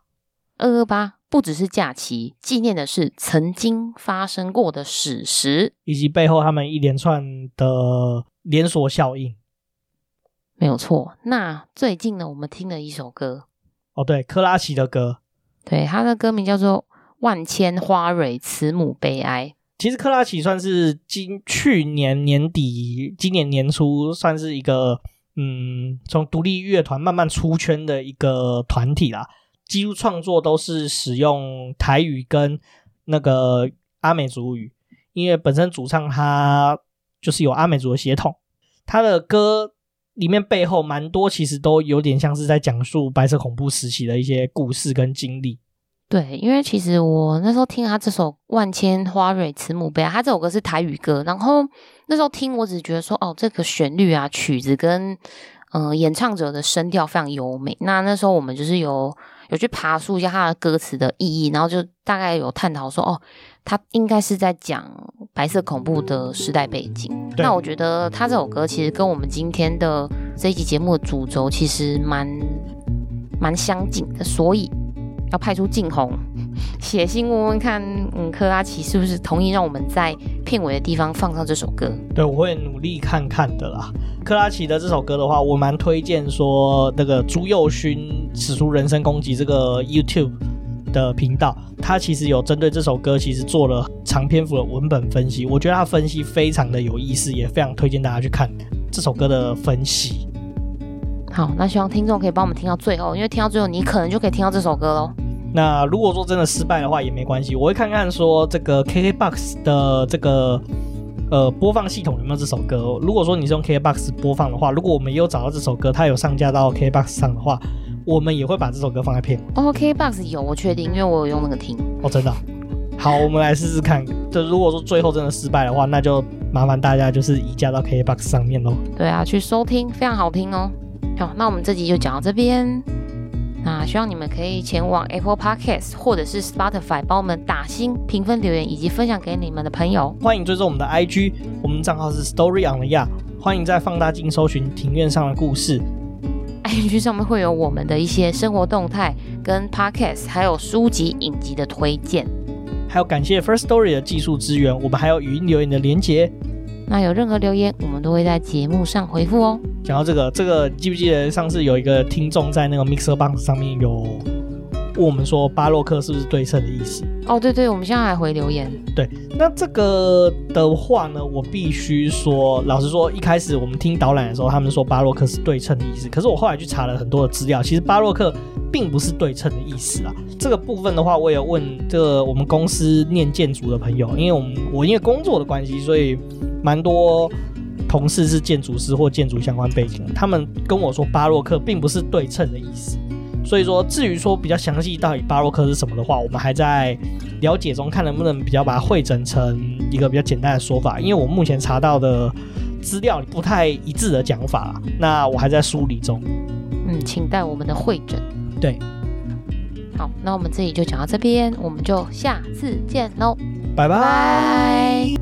228不只是假期，纪念的是曾经发生过的史实， 以及背后他们一连串的连锁效应。 没有错。那最近呢，我们听了一首歌。 对，克拉奇的歌。 对，他的歌名叫做《万千花蕊慈母悲哀》。 其实克拉奇算是去年年底今年年初算是一个从独立乐团慢慢出圈的一个团体啦，几乎创作都是使用台语跟那个阿美族语，因为本身主唱他就是有阿美族的血统，他的歌里面背后蛮多其实都有点像是在讲述白色恐怖时期的一些故事跟经历。 对，因为其实我那时候听他这首《万千花蕊慈母悲哀》，他这首歌是台语歌，然后那时候听我只觉得说这个旋律啊曲子跟演唱者的声调非常优美。那时候我们就是有去爬梳一下他的歌词的意义，然后就大概有探讨说他应该是在讲白色恐怖的时代背景。那我觉得他这首歌其实跟我们今天的这一集节目的主轴其实蛮相近的，所以要派出静红写信问问看克拉奇是不是同意让我们在片尾的地方放上这首歌。 对，我会努力看看的啦。克拉奇的这首歌的话，我蛮推荐说那个朱佑勋使出人身攻击这个 YouTube 的频道，他其实有针对这首歌其实做了长篇幅的文本分析，我觉得他分析非常的有意思，也非常推荐大家去看这首歌的分析。 好，那希望听众可以帮我们听到最后，因为听到最后你可能就可以听到这首歌咯。 那如果说真的失败的话也没关系，我会看看说这个 KKBOX 的这个播放系统有没有这首歌。如果说你是用 KKBOX 播放的话，如果我们也有找到这首歌，它有上架到 KKBOX 上的话，我们也会把这首歌放在片尾。 KKBOX 有，我确定，因为我有用那个听。 真的好，我们来试试看。就如果说最后真的失败的话，那就麻烦大家就是移驾到 KKBOX 上面咯。 对啊，去收听，非常好听哦。好，那我们这集就讲到这边， 那希望你们可以前往 Apple Podcast 或者是 Spotify 帮我们打星、评分、留言以及分享给你们的朋友。 欢迎追踪我们的 IG， 我们账号是 Story on the Yard， 欢迎在放大镜搜寻庭院上的故事。 IG 上面会有我们的一些生活动态跟 Podcast 还有书籍影集的推荐， 还有感谢 First Story 的技术支援，我们还有语音留言的连结。 那有任何留言我们都会在节目上回复哦。 讲到这个记不记得上次有一个听众在那个 Mixer Box 上面有问我们说巴洛克是不是对称的意思？ 哦，对对，我们现在还回留言。 对，那这个的话呢，我必须说，老实说，一开始我们听导览的时候，他们说巴洛克是对称的意思，可是我后来去查了很多的资料，其实巴洛克并不是对称的意思啊。这个部分的话，我也问这个我们公司念建筑的朋友，因为我因为工作的关系，所以蛮多同事是建筑师或建筑相关背景的，他们跟我说巴洛克并不是对称的意思。所以说，至于说比较详细到底巴洛克是什么的话，我们还在了解中，看能不能比较把它汇整成一个比较简单的说法。因为我目前查到的资料不太一致的讲法啦，那我还在梳理中。 请待我们的汇整。 对， 好，那我们这里就讲到这边，我们就下次见喽， 拜拜。